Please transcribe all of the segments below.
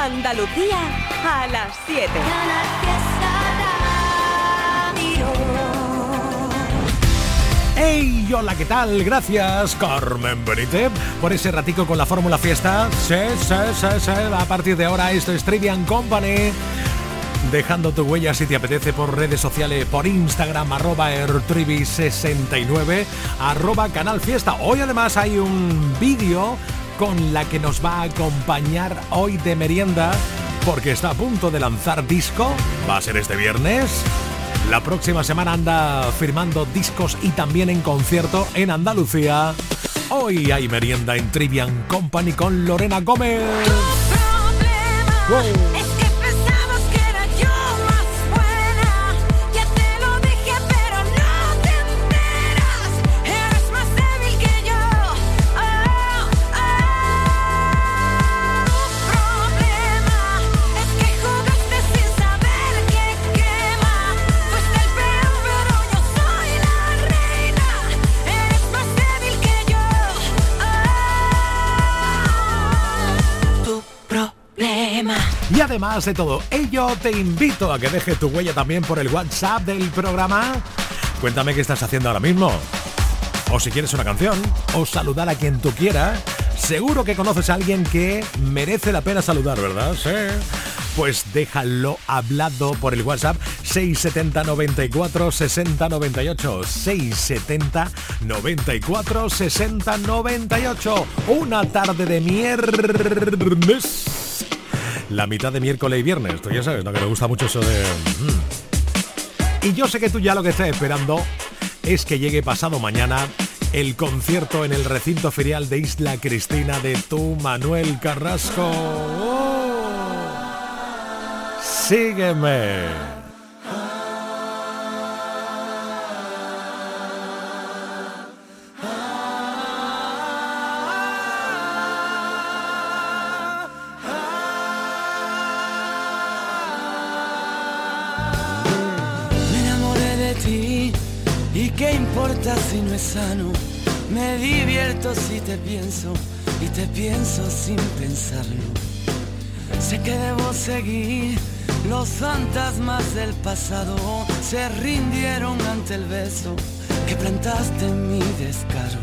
Andalucía a las 7. ¡Hey! Hola, ¿qué tal? Gracias, Carmen Benítez, por ese ratico con la Fórmula Fiesta. Sí. A partir de ahora, esto es Trivian Company. Dejando tu huella si te apetece por redes sociales, por Instagram, @ertrivi69, @Canal Fiesta. Hoy además hay un vídeo con la que nos va a acompañar hoy de merienda, porque está a punto de lanzar disco. Va a ser este viernes. La próxima semana anda firmando discos y también en concierto en Andalucía. Hoy hay merienda en Trivian Company con Lorena Gómez. ¡Wow! Y además de todo ello, te invito a que dejes tu huella también por el WhatsApp del programa. Cuéntame qué estás haciendo ahora mismo. O si quieres una canción, o saludar a quien tú quieras. Seguro que conoces a alguien que merece la pena saludar, ¿verdad? Sí. Pues déjalo hablado por el WhatsApp 670 94 60 98. 670 94 60 98. Una tarde de viernes. La mitad de miércoles y viernes. Tú ya sabes, ¿no? Que me gusta mucho eso de... Y yo sé que tú ya lo que estás esperando es que llegue pasado mañana el concierto en el recinto ferial de Isla Cristina de tu Manuel Carrasco. ¡Oh! Sígueme. ¿Qué importa si no es sano? Me divierto si te pienso y te pienso sin pensarlo. Sé que debo seguir, los fantasmas del pasado se rindieron ante el beso que plantaste en mi descaro.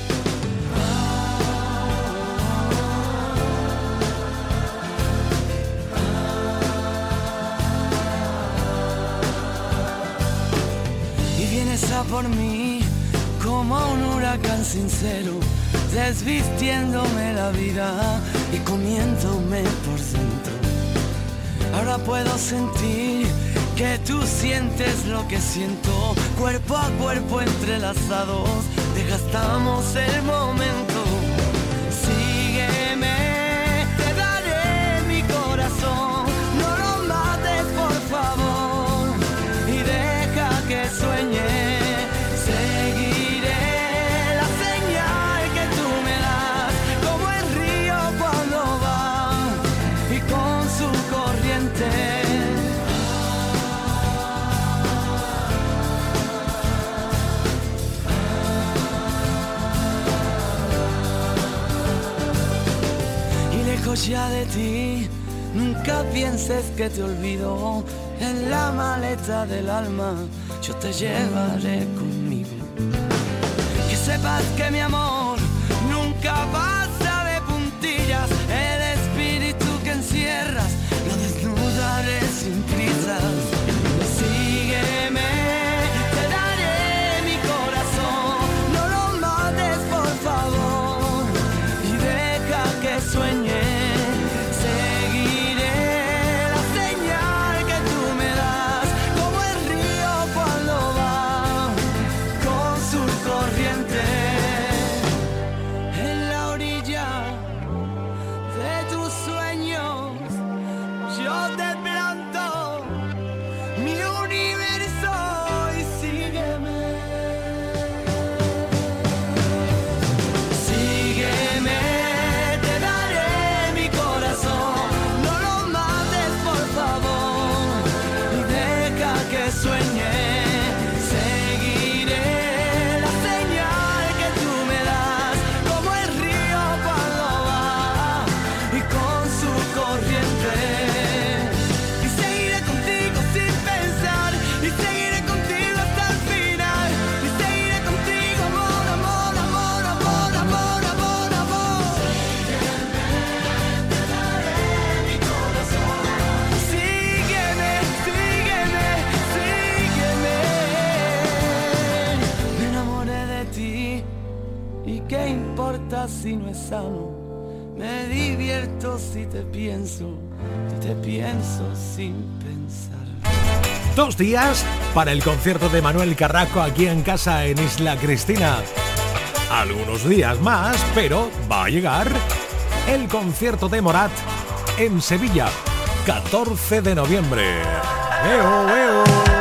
A por mí como un huracán sincero, desvistiéndome la vida y comiéndome por dentro. Ahora puedo sentir que tú sientes lo que siento, cuerpo a cuerpo entrelazados, desgastamos el momento. Sígueme, te daré mi corazón, no lo mates por favor y deja que sueñe. Ya de ti, nunca pienses que te olvido. En la maleta del alma yo te llevaré conmigo. Que sepas que mi amor nunca pasa de puntillas. El espíritu que encierras lo desnudaré sin prisas. Sígueme, te daré mi corazón, no lo mates por favor y deja que sueñe. sano. Me divierto si te pienso sin pensar. 2 días para el concierto de Manuel Carrasco aquí en casa en Isla Cristina. Algunos días más, pero va a llegar el concierto de Morat en Sevilla, 14 de noviembre. ¡Eo, eo!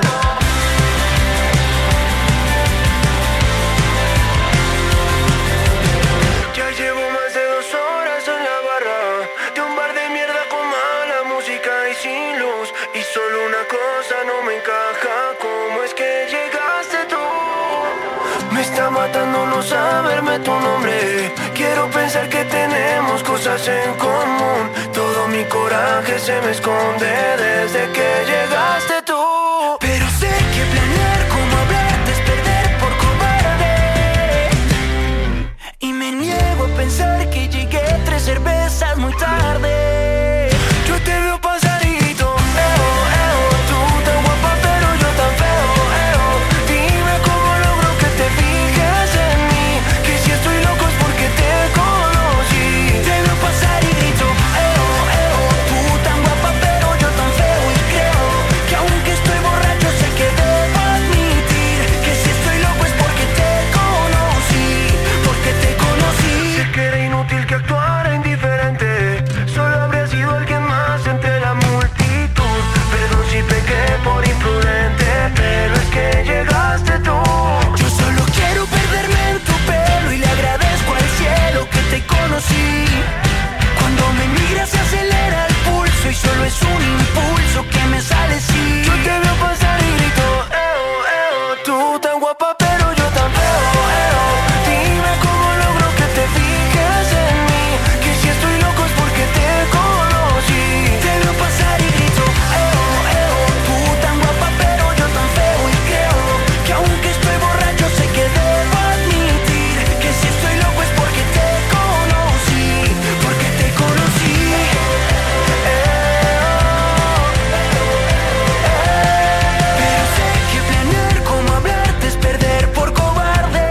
Matando no saberme tu nombre. Quiero pensar que tenemos cosas en común. Todo mi coraje se me esconde desde que llegaste tú. Pero sé que planear cómo hablarte es perder por cobarde. Y me niego a pensar que llegué 3 cervezas muy tarde. Yo te veo pasar y grito, tú tan guapa pero yo tan feo, dime cómo logro que te fijes en mí, que si estoy loco es porque te conocí. Te veo pasar y grito, tú tan guapa pero yo tan feo, y creo que aunque estoy borracho sé que debo admitir que si estoy loco es porque te conocí, Sé que era inútil que actuara indiferente, solo habría sido alguien más entre la multitud. Perdón si pequé por imprudente, pero es que llegaste tú. Yo solo quiero perderme en tu pelo y le agradezco al cielo que te conocí. Cuando me miras se acelera el pulso y solo es un impulso que me sale así. Yo te veo pasar y grito, tú tan guapa pero yo tan feo, dime cómo logro que te fijes en mí, que si estoy loco es porque te conocí. Te veo pasar y grito, tú tan guapa pero yo tan feo, y creo que aunque estoy borracho sé que debo admitir que si estoy loco es porque te conocí, Pero sé que planear cómo hablarte es perder por cobarde.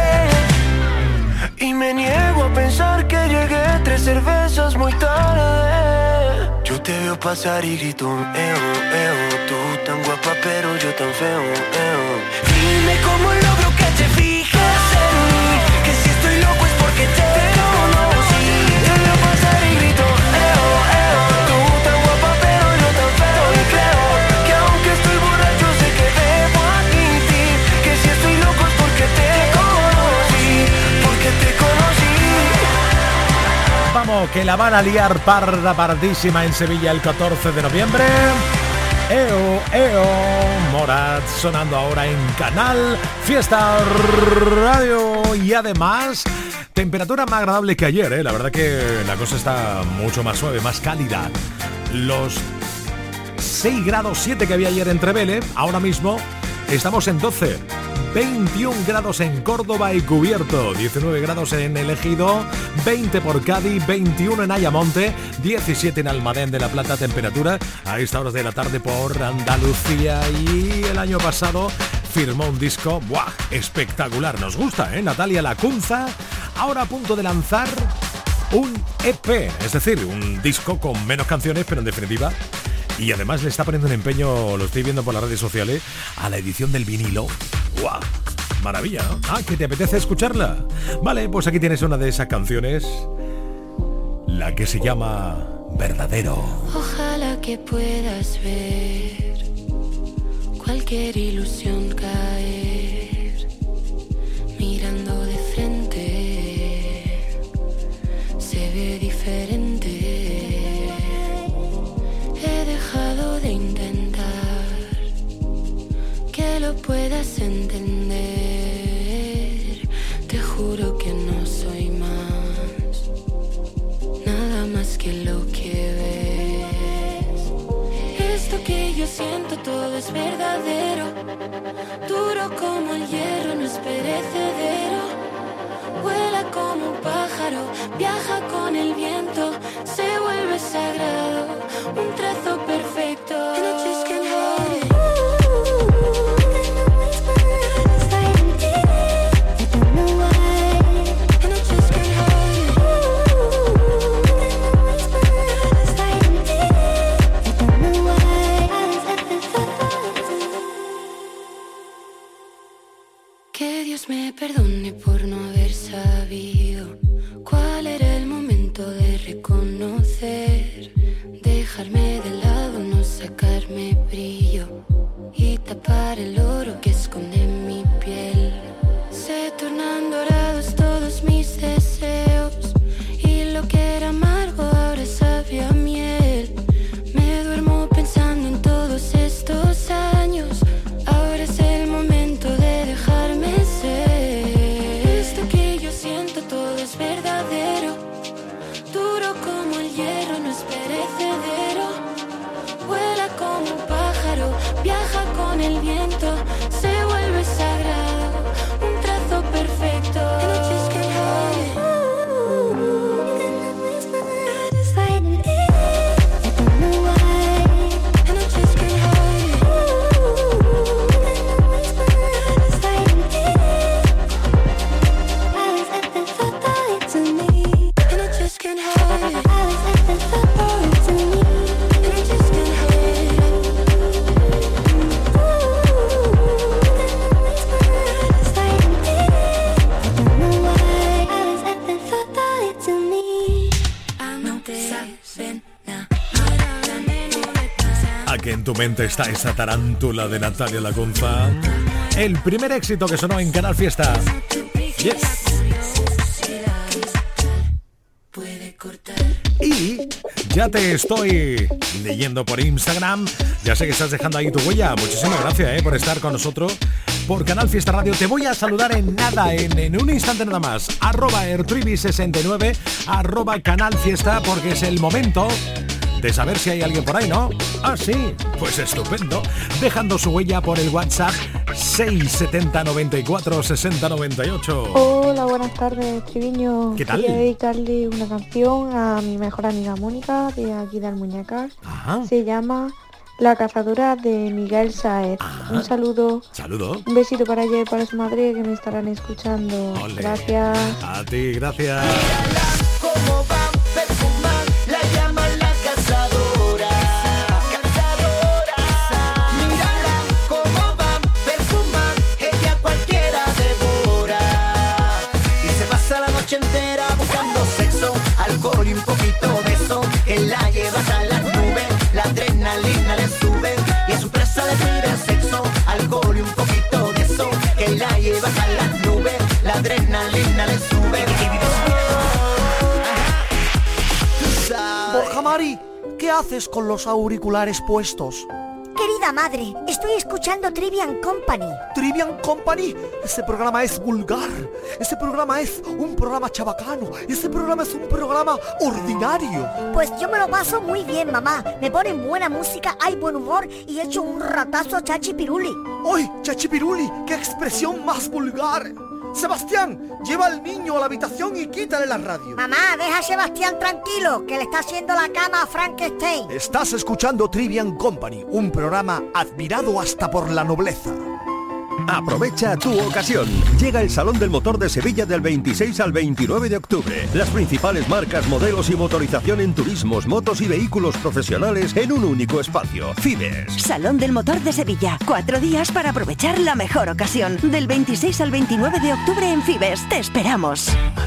Y me niego a pensar que llegué 3 cervezas muy tarde. Yo te veo pasar y grito, tú tan guapa pero yo tan feo, dime cómo logro que te fijes en mí, que si estoy loco es porque te conocí. Te veo pasar y grito, tú tan guapa pero yo tan feo, y creo que aunque estoy borracho sé que debo admitir que si estoy loco es porque te conocí. Vamos, que la van a liar parda pardísima en Sevilla el 14 de noviembre. Morat sonando ahora en Canal Fiesta Radio. Y además, temperatura más agradable que ayer, La verdad que la cosa está mucho más suave, más cálida. Los 6 grados 7 que había ayer en Trevele, ahora mismo estamos en 12. 21 grados en Córdoba y Cubierto, 19 grados en El Ejido, 20 por Cádiz, 21 en Ayamonte, 17 en Almadén de la Plata, temperatura a esta hora de la tarde por Andalucía. Y el año pasado firmó un disco espectacular, nos gusta, Natalia Lacunza, ahora a punto de lanzar un EP, es decir, un disco con menos canciones, pero en definitiva. Y además le está poniendo un empeño, lo estoy viendo por las redes sociales, a la edición del vinilo. ¡Guau! Maravilla, ¿no? ¿Que te apetece escucharla? Vale, pues aquí tienes una de esas canciones, la que se llama Verdadero. Ojalá que puedas ver cualquier ilusión caer, mirando de frente, se ve diferente. He dejado de intentar que lo puedas entender. Te juro que no soy más, nada más que lo que ves. Esto que yo siento todo es verdadero, duro como el hierro, no es perecedero. Vuela como un pájaro, viaja con el viento, se vuelve sagrado, un trazo perfecto. And I just can't hold it. Estar en ti, I don't know why. And I just can't hold it. conocer, dejarme de lado, no sacarme brillo y tapar el oro que esconde mi piel. Se tornan dorados todos mis deseos y lo que era amargo ahora sabe a miel. Me duermo pensando en todos estos años, ahora es el momento de dejarme ser. Esto que yo siento todo es verdadero, duro como el hierro, no es perecedero. Vuela como un pájaro, viaja con el viento, se vuelve sagrado, un trazo perfecto. Que en tu mente está esa tarántula de Natalia Lacunza. El primer éxito que sonó en Canal Fiesta. Yes. Y ya te estoy leyendo por Instagram. Ya sé que estás dejando ahí tu huella. Muchísimas gracias por estar con nosotros por Canal Fiesta Radio. Te voy a saludar en nada, en un instante nada más. @ertribi69, @Canal Fiesta, porque es el momento de saber si hay alguien por ahí, ¿no? Ah, sí, pues estupendo. Dejando su huella por el WhatsApp 670 94 60 98. Hola, buenas tardes, Triviño. ¿Qué tal? Quería dedicarle una canción a mi mejor amiga Mónica, de aquí de Almuñécar. Ajá. Se llama La cazadora, de Miguel Sáez. Ajá. Un saludo. Saludo. Un besito para ella y para su madre, que me estarán escuchando. Ole. Gracias. A ti, gracias. Cómo va a perfumar, la llaman la cazadora. Cazadora. Mírala cómo va a perfumar, ella cualquiera devora. Y se pasa la noche entera buscando sexo, alcohol y un poquito de eso, que la lleva a las nubes, la adrenalina le sube. Y a su presa le pide sexo, alcohol y un poquito de eso, que la lleva a las nubes, la adrenalina le sube. Borja Mari, ¿qué haces con los auriculares puestos? Querida madre, estoy escuchando Trivian Company. Trivian Company, ese programa es vulgar, ese programa es un programa chabacano, ese programa es un programa ordinario. Pues yo me lo paso muy bien, mamá. Me ponen buena música, hay buen humor y echo un ratazo a Chachipiruli. ¡Ay, Chachipiruli! ¡Qué expresión más vulgar! Sebastián, lleva al niño a la habitación y quítale la radio. Mamá, deja a Sebastián tranquilo, que le está haciendo la cama a Frankenstein. Estás escuchando Trivian Company, un programa admirado hasta por la nobleza. Aprovecha tu ocasión. Llega el Salón del Motor de Sevilla del 26 al 29 de octubre. Las principales marcas, modelos y motorización en turismos, motos y vehículos profesionales en un único espacio. Fibes. Salón del Motor de Sevilla. 4 días para aprovechar la mejor ocasión. Del 26 al 29 de octubre en Fibes. Te esperamos.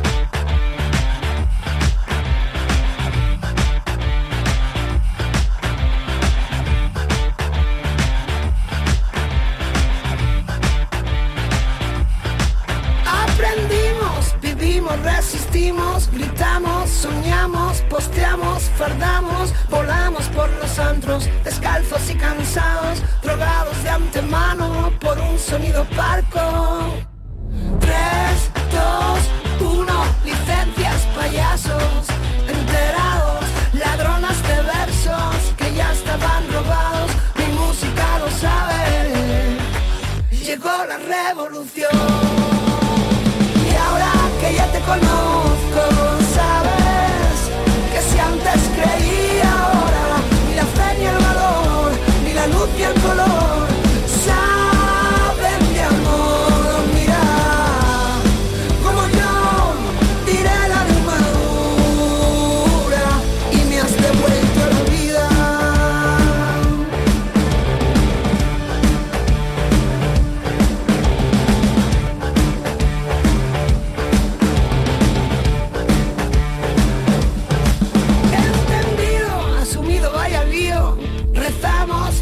Resistimos, gritamos, soñamos, posteamos, fardamos, volamos por los antros, descalzos y cansados, drogados de antemano por un sonido parco. 3, 2, 1, licencias, payasos, enterados, ladronas de versos que ya estaban robados, mi música lo sabe, llegó la revolución. Que ya te conozco, sabes que si antes creía ahora, ni la fe ni el valor, ni la luz ni el color, saben de amor, mira, como yo diré la armadura y me has devuelto la vida.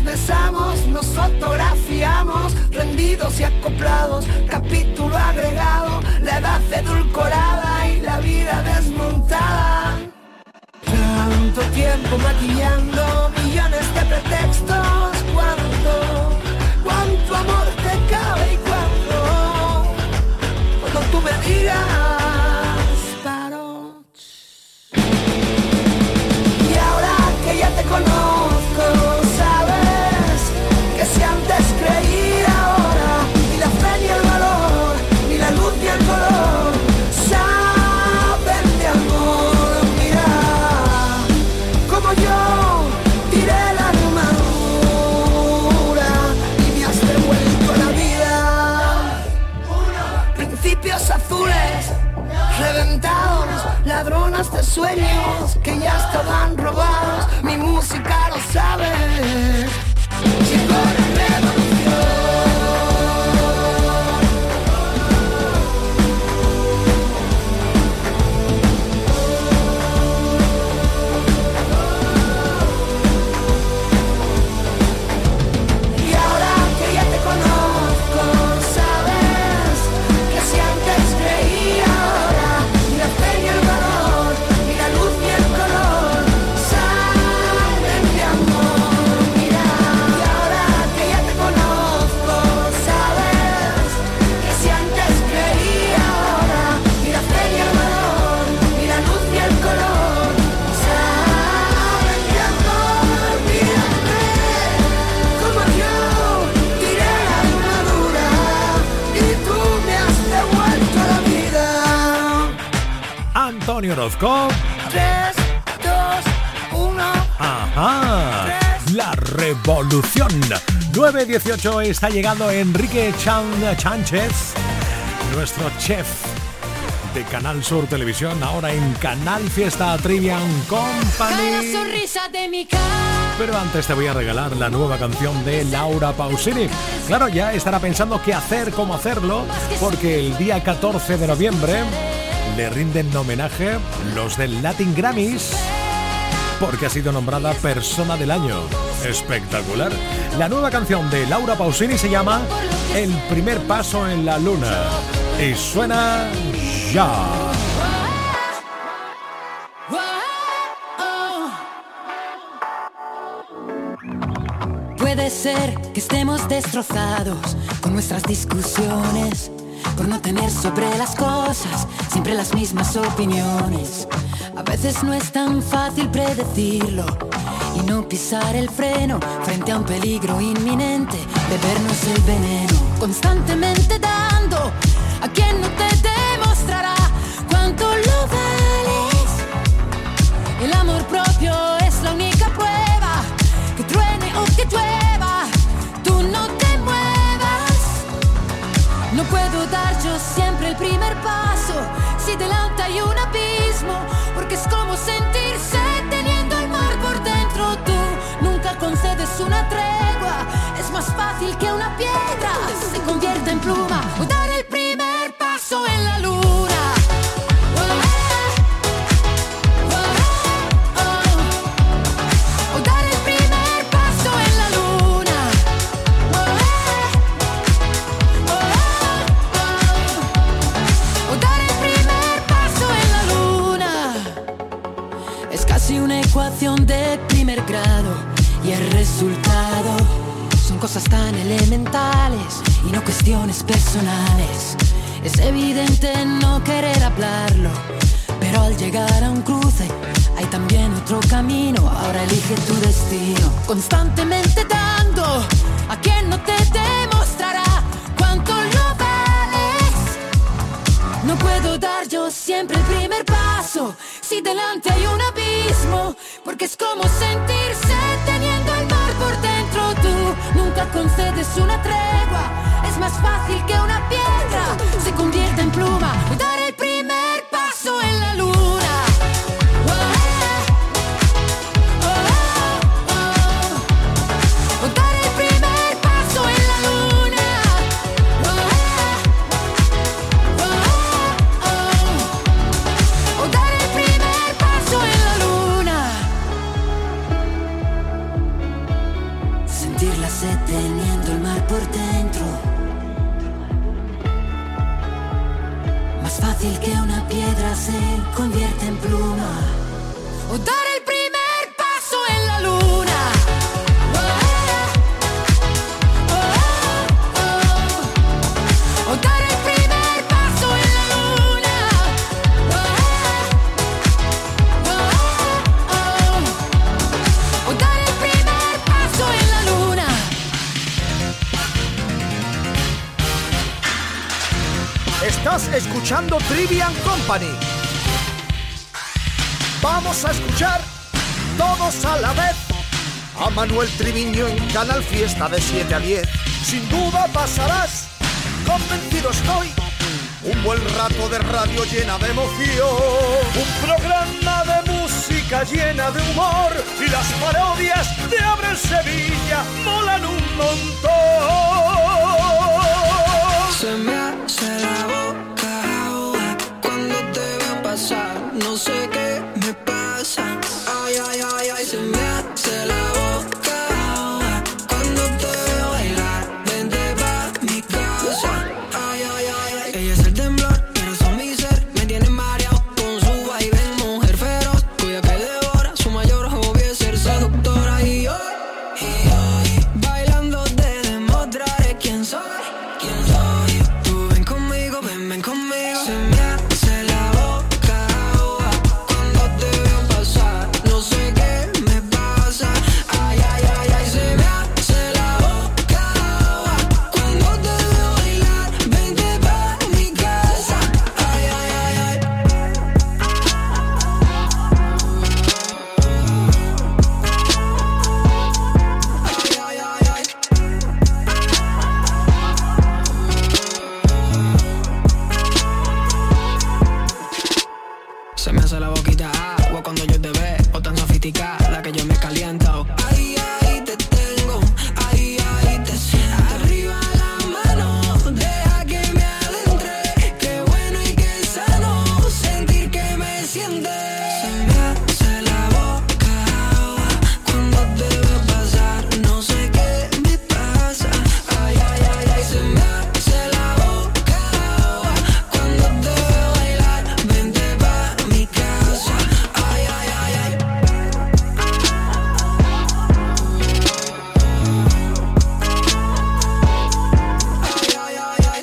besamos, nos fotografiamos, rendidos y acoplados, capítulo agregado, la edad edulcorada y la vida desmontada. Tanto tiempo maquillando millones de pretextos, cuánto amor te cabe y cuando tú me digas paro. Y ahora que ya te conozco, sabes que si antes creía ahora, ni la fe ni el valor, ni la luz ni el color, saben de amor. Mira, como yo tiré la armadura y me has devuelto la vida. Principios azules, reventados, ladronas de sueños que ya estaban robados. Mi música lo sabe. Llegó la Antonio Orozco. 3, 2, 1. Ajá. 3. La revolución. 9:18 está llegando Enrique Chánchez, nuestro chef de Canal Sur Televisión, ahora en Canal Fiesta Trivian Company. Pero antes te voy a regalar la nueva canción de Laura Pausini. Claro, ya estará pensando qué hacer, cómo hacerlo, porque el día 14 de noviembre le rinden homenaje los del Latin Grammys, porque ha sido nombrada Persona del Año. Espectacular. La nueva canción de Laura Pausini se llama El primer paso en la luna y suena ya. Puede ser que estemos destrozados con nuestras discusiones, por no tener sobre las cosas siempre las mismas opiniones. A veces no es tan fácil predecirlo y no pisar el freno frente a un peligro inminente, bebernos el veneno, constantemente dando a quien no te demostrará cuánto lo vales. El amor propio es la única prueba, que truene o que llueva, tú no te muevas. No puedo dar yo siempre el primer paso si delante hay un abismo, porque es como sentirse teniendo el mar por dentro. Tú nunca concedes una tregua, es más fácil que una piedra se convierta en pluma o dar el primer paso en la luna. Una ecuación de primer grado y el resultado son cosas tan elementales y no cuestiones personales. Es evidente no querer hablarlo, pero al llegar a un cruce hay también otro camino. Ahora elige tu destino, constantemente dando a quien no te demostrará cuánto lo vales. No puedo dar yo siempre el primer paso si delante hay un abismo, porque es como sentirse teniendo el mar por dentro. Tú nunca concedes una tregua, es más fácil que una piedra se convierta en pluma o dar el primer paso en la luna. o dar el primer paso en la luna. O dar el primer paso en la luna. O dar el primer paso en la luna. Estás escuchando Trivian Company. Vamos a escuchar todos a la vez a Manuel Triviño en Canal Fiesta de 7 a 10. Sin duda pasarás, convencido estoy, un buen rato de radio llena de emoción. Un programa de música llena de humor y las parodias de Abre Sevilla molan un montón. Se me hace la boca agua cuando te veo pasar. No sé qué me pasa. Ay, ay, ay, ay. Se me hace la boca agua cuando te veo bailar. Vente pa' mi casa. Ay, ay, ay, ay. Ella es el temblor, pero son mi ser. Me tiene mareado con su vaivén. Mujer feroz, cuya que devora. Su mayor hobby es ser seductora. Y hoy, bailando te demostraré quién soy. ¿Quién soy? Tú ven conmigo, ven conmigo. Se me hace la boca agua cuando te veo pasar. No sé qué me pasa. Ay, ay, ay, ay. Se me hace la boca agua cuando te veo bailar. Vente pa' mi casa. Ay, ay, ay, ay. Ay, ay, ay, ay. Se me hace la boquita agua cuando yo te veo tan sofisticada que yo me caliento. Ahí, ahí te tengo, ahí, ahí te siento. Arriba la mano, deja que me adentre. Qué bueno y qué sano sentir que me siente. Se me hace la boca agua cuando te veo pasar. No sé qué me pasa. Ay, ay, ay, ay. Se me hace la boca agua cuando te veo bailar. Vente pa' mi casa. Ay, ay, ay, ay. Ay, ay, ay, ay.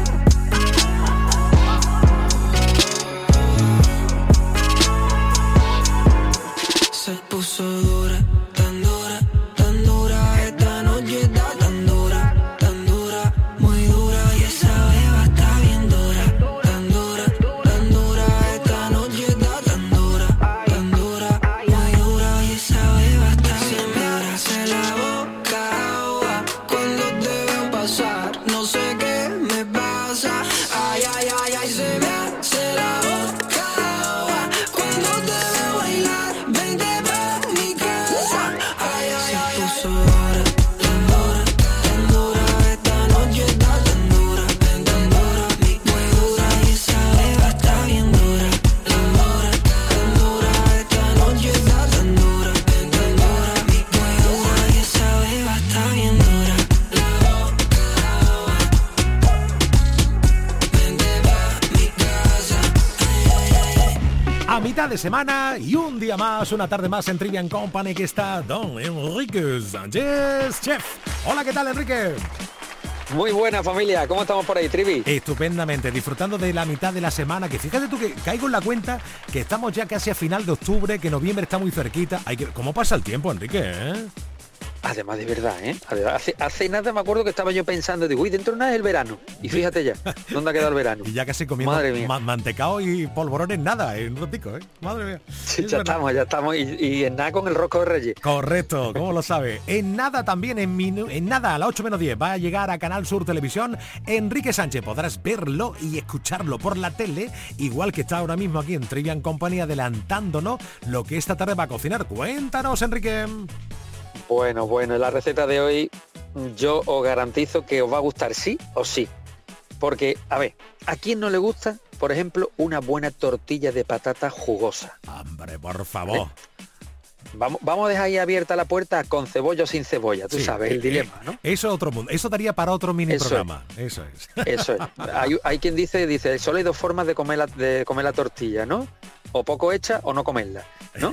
Se puso dura, tan dura, tan dura. Esta noche está tan dura, muy dura. Y esa beba está bien dura, tan dura, tan dura. Esta noche está tan dura, muy dura. Y esa beba está bien dura. Se me hace la boca agua cuando te veo pasar. No sé qué me pasa. Ay, ay, ay, ay. Se me hace la boca agua cuando te veo bailar. Vente pa' mi casa. Ay, ay, ay. Se puso dura, tan dura, tan dura. Esta noche está tan dura, muy dura. Y esa beba está bien dura, tan dura, tan dura. Esta noche está tan dura, muy dura. Y esa beba está bien dura. La boca agua. Vente pa' mi casa. Ay, ay, ay. A mitad de semana y un día más, una tarde más en Trivian Company, que está Don Enrique Sánchez, chef. Hola, ¿qué tal, Enrique? Muy buena, familia, ¿cómo estamos por ahí, Trivi? Estupendamente, disfrutando de la mitad de la semana, que fíjate tú que caigo en la cuenta que estamos ya casi a final de octubre, que noviembre está muy cerquita. ¿Cómo pasa el tiempo, Enrique? Además, de verdad, hace nada me acuerdo que estaba yo pensando, digo, uy, dentro de nada es el verano. Y fíjate ya, ¿dónde ha quedado el verano? Y ya casi comiendo Madre mía. mantecao y polvorones nada, en un ratico, ¿eh? Madre mía. Sí, ya estamos, y en nada con el rosco de Reyes. Correcto, ¿cómo lo sabe? En nada también, en nada, a las 8 menos 10, va a llegar a Canal Sur Televisión Enrique Sánchez. Podrás verlo y escucharlo por la tele, igual que está ahora mismo aquí en Trivian Company, adelantándonos lo que esta tarde va a cocinar. Cuéntanos, Enrique. Bueno, en la receta de hoy yo os garantizo que os va a gustar sí o sí. Porque, a ver, ¿a quién no le gusta, por ejemplo, una buena tortilla de patata jugosa? Hombre, por favor. Vamos a dejar ahí abierta la puerta con cebolla o sin cebolla, tú sabes, el dilema, ¿no? Eso otro mundo, eso daría para otro mini programa. Eso es. Eso es. Hay quien dice, solo hay dos formas de comer la tortilla, ¿no? o poco hecha o no comerla, ¿no?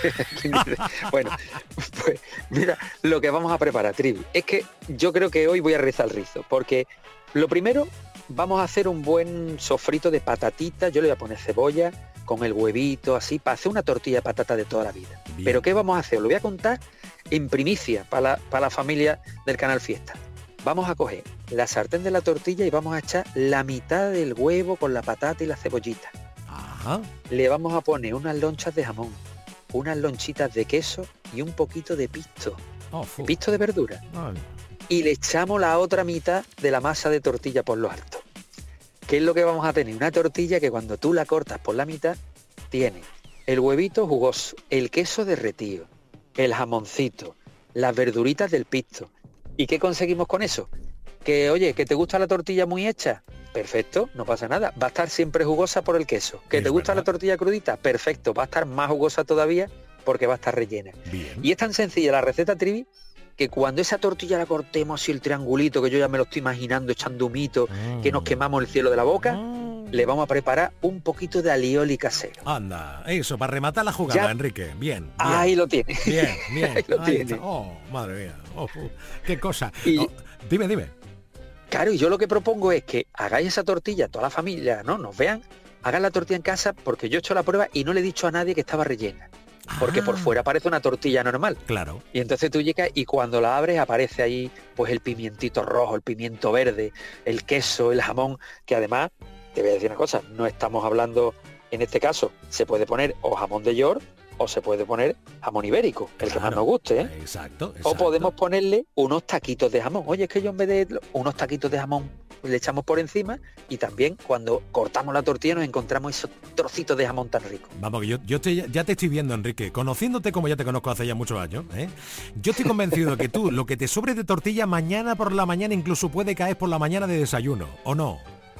Bueno, pues mira lo que vamos a preparar, Trivi. Es que yo creo que hoy voy a rizar el rizo, porque lo primero vamos a hacer un buen sofrito de patatitas. Yo le voy a poner cebolla con el huevito, así, para hacer una tortilla de patata de toda la vida. Bien. Pero ¿qué vamos a hacer? Os lo voy a contar en primicia para la familia del Canal Fiesta. Vamos a coger la sartén de la tortilla y vamos a echar la mitad del huevo con la patata y la cebollita. Ajá. Le vamos a poner unas lonchas de jamón, unas lonchitas de queso y un poquito de pisto. Pisto de verdura. Ay. Y le echamos la otra mitad de la masa de tortilla por lo alto. ¿Qué es lo que vamos a tener? Una tortilla que cuando tú la cortas por la mitad, tiene el huevito jugoso, el queso derretido, el jamoncito, las verduritas del pisto. ¿Y qué conseguimos con eso? Que, oye, ¿que te gusta la tortilla muy hecha? Perfecto, no pasa nada. Va a estar siempre jugosa por el queso. ¿Que te gusta la tortilla crudita? Perfecto, va a estar más jugosa todavía porque va a estar rellena. Bien. Y es tan sencilla la receta, Trivi, que cuando esa tortilla la cortemos así el triangulito, que yo ya me lo estoy imaginando echando humito, que nos quemamos el cielo de la boca, le vamos a preparar un poquito de alioli casero. Anda, eso, para rematar la jugada, ya. Enrique. Bien. Ahí lo tiene. Bien, bien. Ahí lo tiene. Oh, madre mía. Qué cosa. Y, dime. Claro, y yo lo que propongo es que hagáis esa tortilla, toda la familia, ¿no? Nos vean, hagan la tortilla en casa, porque yo he hecho la prueba y no le he dicho a nadie que estaba rellena. Porque por fuera parece una tortilla normal. Claro. Y entonces tú llegas y cuando la abres aparece ahí pues el pimientito rojo, el pimiento verde, el queso, el jamón, que además, te voy a decir una cosa, no estamos hablando, en este caso, se puede poner o jamón de York o se puede poner jamón ibérico, el que más nos guste, ¿eh? Exacto. O podemos ponerle unos taquitos de jamón. Oye, es que yo en vez de unos taquitos de jamón le echamos por encima, y también cuando cortamos la tortilla nos encontramos esos trocitos de jamón tan ricos. Vamos, que ya te estoy viendo, Enrique, conociéndote como ya te conozco hace ya muchos años, ¿eh? Yo estoy convencido que tú, lo que te sobre de tortilla mañana por la mañana incluso puede caer por la mañana de desayuno, ¿o no?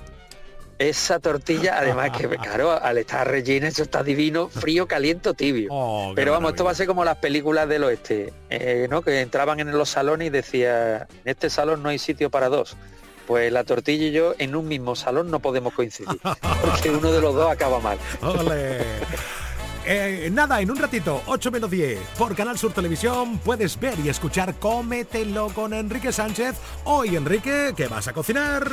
Esa tortilla, además que, claro, al estar rellena, eso está divino, frío, caliente o tibio. Pero vamos, esto va a ser como las películas del oeste, ¿no? Que entraban en los salones y decía, en este salón no hay sitio para dos. Pues la tortilla y yo en un mismo salón no podemos coincidir, porque uno de los dos acaba mal. ¡Ole! Nada, en un ratito, 8 menos 10, por Canal Sur Televisión, puedes ver y escuchar Cómetelo con Enrique Sánchez. Hoy, Enrique, ¿qué vas a cocinar?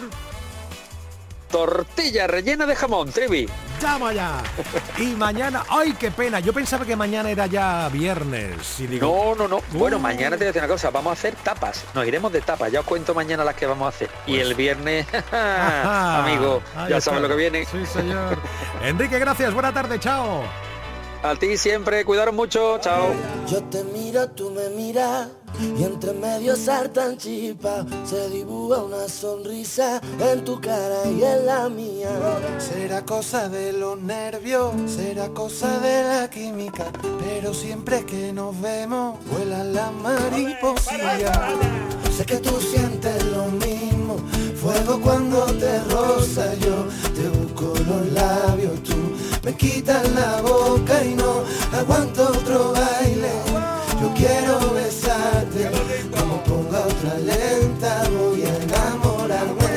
Tortilla rellena de jamón, Trivi. ¡Llama ya! Y mañana, ¡ay, qué pena! Yo pensaba que mañana era ya viernes. Y digo, No. Bueno, mañana te voy a decir una cosa, vamos a hacer tapas. Nos iremos de tapas, ya os cuento mañana las que vamos a hacer. Pues, y el viernes, amigo, ya sabes lo que viene. Sí, señor. Enrique, gracias, buena tarde, chao. A ti siempre, cuidaros mucho, chao. Yo te miro, tú me miras, y entre medio saltan chispas, se dibuja una sonrisa en tu cara y en la mía. Será cosa de los nervios, será cosa de la química, pero siempre que nos vemos vuelan las mariposillas. Sé que tú sientes lo mismo, fuego cuando te roza, yo te busco los labios, tú me quitas la boca y no aguanto otro baile. Yo quiero besarte, como ponga otra lenta voy a enamorarme.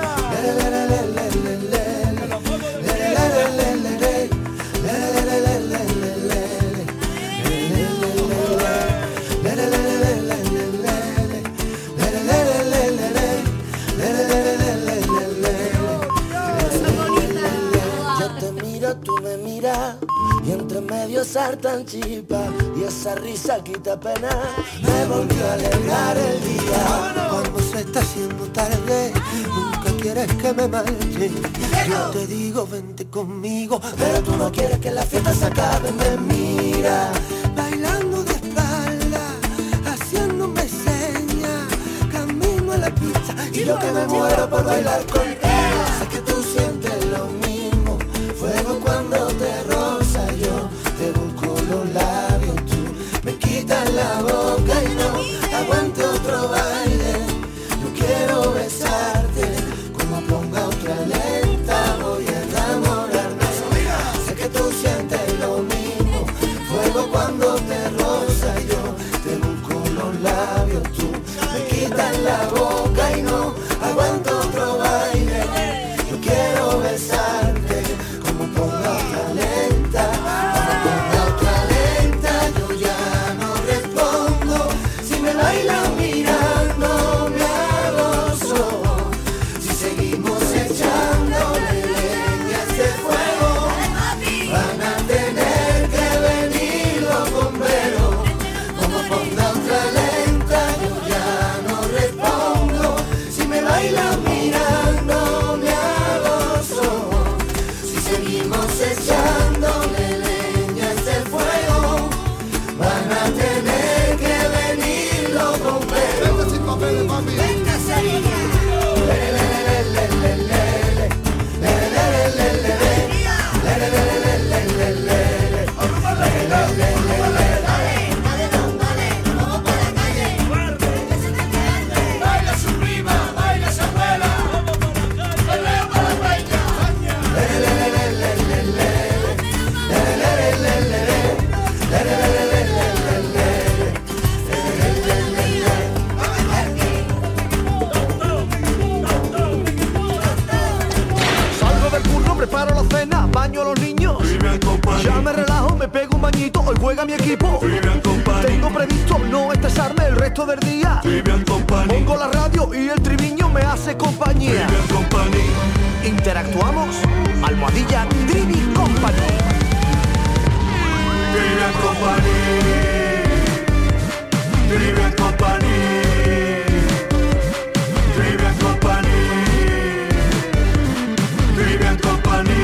Tú me miras y entre medio saltan chispas y esa risa quita pena, me volvió a alegrar el día. Cuando se está haciendo tarde, nunca quieres que me marche. Yo te digo vente conmigo, pero tú no quieres que la fiesta se acabe. Me mira bailando de espalda, haciéndome señas, camino a la pista y yo que me muero por bailar contigo. Sé que tú sientes lo mismo, fuego cuando te roza, yo te busco los labios, tú me quitas la boca y no aguanto otro baile. Yo quiero besarte, como ponga otra lenta voy a enamorarme. Sé que tú sientes lo mismo, fuego cuando te roza, yo te busco los labios, tú me quitas la boca y no aguanto otro baile. Yo quiero besarte, como ponga otra lenta equipo. Tengo previsto no estresarme el resto del día. Pongo la radio y el Triviño me hace compañía. Interactuamos, almohadilla Trivi Company. Trivian Company. Trivian Company. Trivian Company. Trivian Company.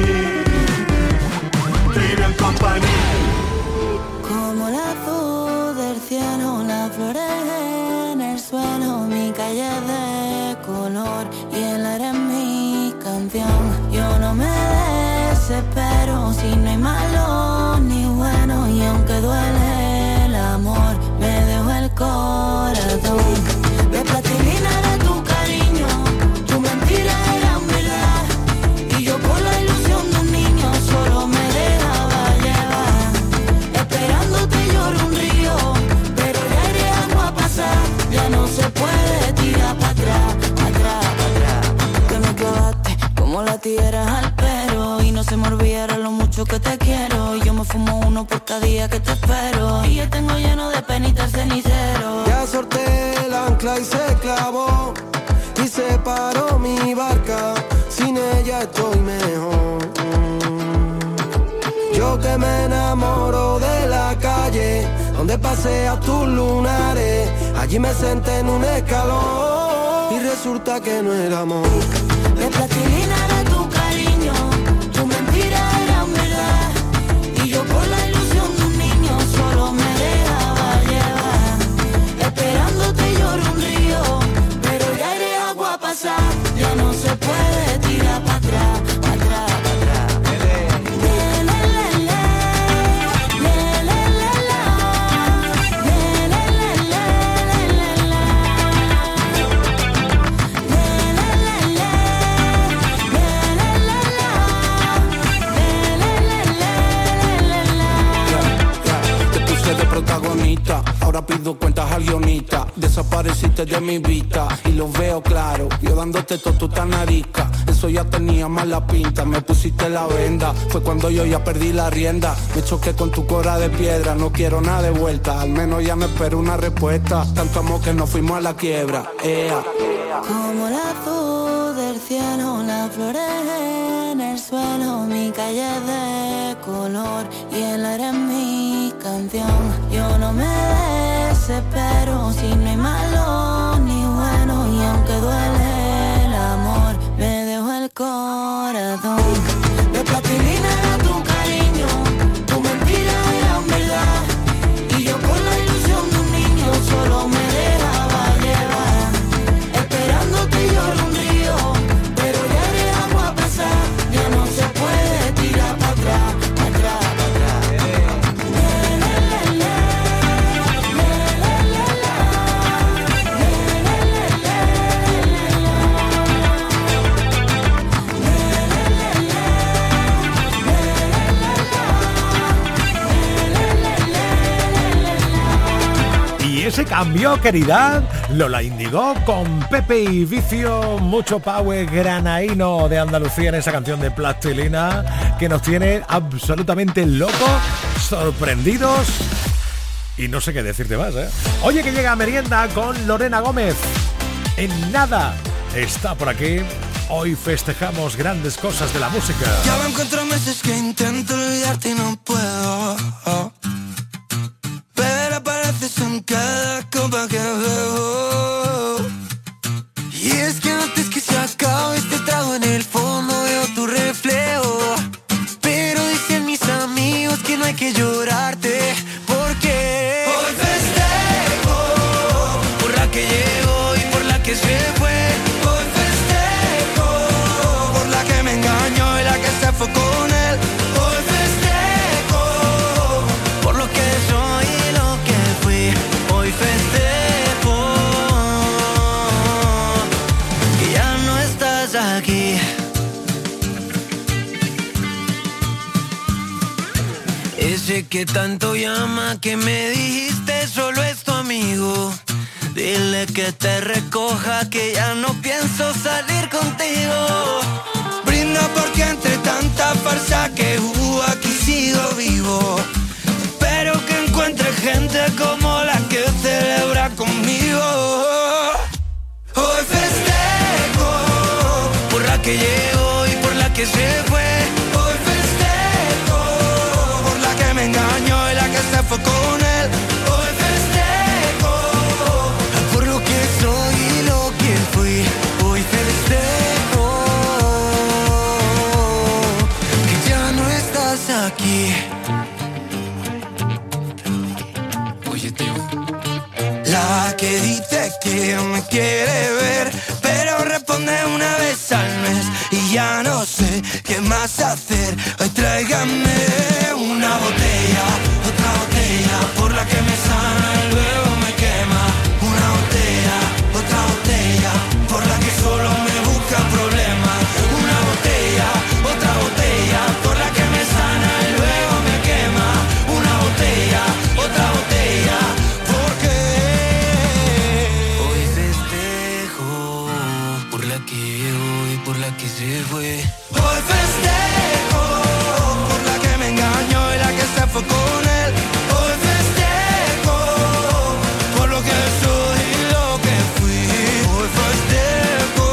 Trivian Company. Como la luz del cielo, las flores en el suelo, mi calle de color y el aire en mi canción. Yo no me desespero si no hay malo ni bueno, y aunque duele el amor, me dejo el corazón. De plastilina era tu cariño, tu mentira era verdad, y yo por la ilusión de un niño solo me dejaba llevar. Esperándote lloro un río, pero ya iré agua a pasar, ya no se puede tirar para atrás, para atrás, para atrás. Que me clavaste como la tierra al pero, y no se me olvidara lo mucho que te quiero. Y yo me fumo uno por cada día que te espero, y yo tengo lleno de penitas el cenicero. Ya solté el ancla y se clavó, y se paró mi barca, sin ella estoy mejor. Yo que me enamoro de la calle, donde pasea tus lunares, allí me senté en un escalón, y resulta que no era amor. De plastilina era tu cariño, tu mentira era verdad, y yo por la ilusión de un niño solo me dejaba llevar. Esperándote lloro un río, pero ya iré agua a pasar, ya no se puede tirar para atrás, para atrás, para atrás. Protagonista, ahora pido cuentas al guionista. Desapareciste de mi vista y lo veo claro, yo dándote todo tu tan arisca. Eso ya tenía más la pinta, me pusiste la venda, fue cuando yo ya perdí la rienda. Me choqué con tu cora de piedra, no quiero nada de vuelta, al menos ya me espero una respuesta. Tanto amor que nos fuimos a la quiebra. Como la luz del cielo, las flores en el suelo, mi calle de color y el aire en mi canción. Yo no me desespero si no hay malo ni bueno, y aunque duele el amor, me dejo el corazón. De plastilina era tu cariño, tu mentira era verdad, y yo por la ilusión de un niño solo me dejaba llevar. Esperándote lloro un río, pero ya iré agua a pasar, ya no se puede tirar para atrás, para atrás, para atrás. Ese cambio, querida, Lola Índigo con Pepe y Vicio, mucho power granaíno de Andalucía en esa canción de Plastilina que nos tiene absolutamente locos, sorprendidos y no sé qué decirte más, ¿eh? Oye, que llega a Merienda con Lorena Gómez. En nada está por aquí. Hoy festejamos grandes cosas de la música. Ya van 4 meses que intento olvidarte y no puedo. Pero apareces en cada copa que bebo. Y es que antes que se acabe este trago, en el fondo veo tu reflejo. Pero dicen mis amigos que no hay que llorarte, porque hoy festejo por la que llegó y por la que se fue. Hoy festejo por la que me engañó y la que se fue con él. Hoy festejo por lo que soy y lo que fui. Hoy festejo que ya no estás aquí. Ese que tanto llama, que me dijiste solo es tu amigo. Dile que te recoja, que ya no pienso salir contigo. Brinda porque entre tanta farsa que hubo aquí sigo vivo. Espero que gente como la que celebra conmigo. Hoy festejo por la que llegó y por la que se fue. Hoy festejo por la que me engañó y la que se fue con él. Hoy festejo por lo que soy y lo que fui. Hoy festejo que ya no estás aquí. La que dice que me quiere ver, pero responde una vez al mes y ya no sé qué más hacer. Hoy tráigame una botella, otra botella, por la que me sana y luego me quema. Una botella, otra botella, por la que solo me busca problemas. Una botella, otra botella, por la que me sana y luego me quema. Una botella, otra botella, porque hoy festejo por la que llegó y por la que se fue. Hoy festejo por la que me engañó y la que se fue con él. Hoy festejo por lo que soy y lo que fui. Hoy festejo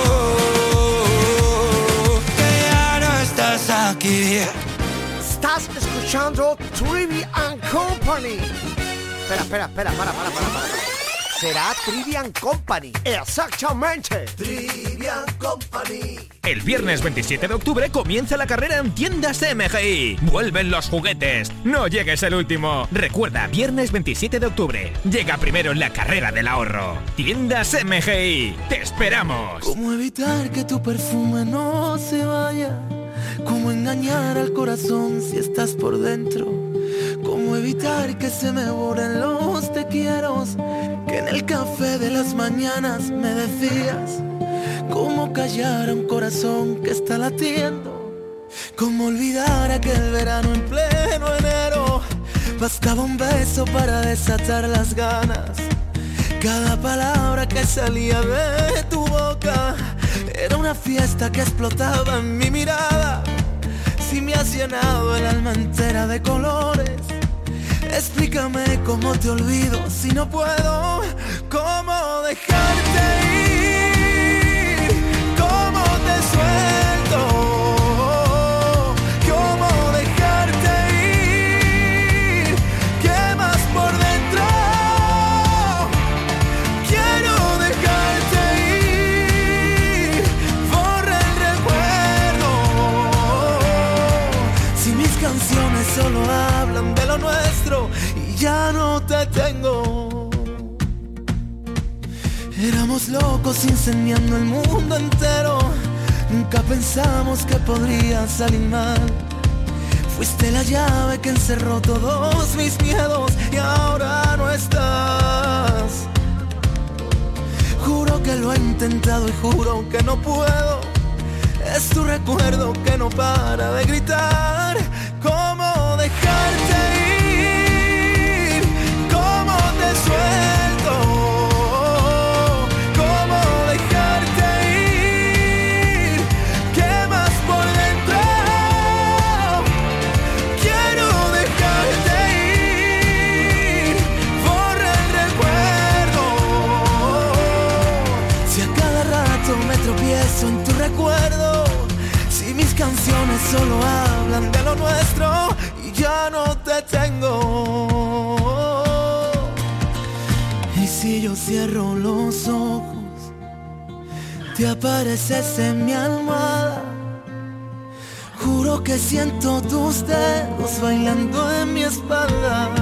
que ya no estás aquí. Estás escuchando Trivian Company. Espera, para. Será Trivian Company. Exactamente. Trivian Company. El viernes 27 de octubre comienza la carrera en Tiendas MGI. Vuelven los juguetes. No llegues el último. Recuerda, viernes 27 de octubre. Llega primero en la carrera del ahorro. Tiendas MGI. ¡Te esperamos! ¿Cómo evitar que tu perfume no se vaya? ¿Cómo engañar al corazón si estás por dentro? ¿Cómo evitar que se me borren los te quiero que en el café de las mañanas me decías? ¿Cómo callar a un corazón que está latiendo? ¿Cómo olvidar aquel verano en pleno enero? Bastaba un beso para desatar las ganas. Cada palabra que salía de tu boca era una fiesta que explotaba en mi mirada. Si me has llenado el alma entera de colores, explícame cómo te olvido si no puedo. ¿Cómo dejarte ir? ¿Cómo te suelto? ¿Cómo dejarte ir? ¿Qué más por dentro? Quiero dejarte ir. Borra el recuerdo. Si mis canciones solo hablan de lo nuestro y ya no te tengo. Éramos locos incendiando el mundo entero. Nunca pensamos que podría salir mal. Fuiste la llave que encerró todos mis miedos y ahora no estás. Juro que lo he intentado y juro que no puedo. Es tu recuerdo que no para de gritar. ¿Cómo dejarte ir? ¿Cómo te suelto? ¿Cómo dejarte ir? ¿Qué más por dentro? Quiero dejarte ir. Borra el recuerdo. Si a cada rato me tropiezo en tu recuerdo, si mis canciones solo hablan de lo nuestro y ya no te tengo. Y si yo cierro los ojos, te apareces en mi almohada. Juro que siento tus dedos bailando en mi espalda.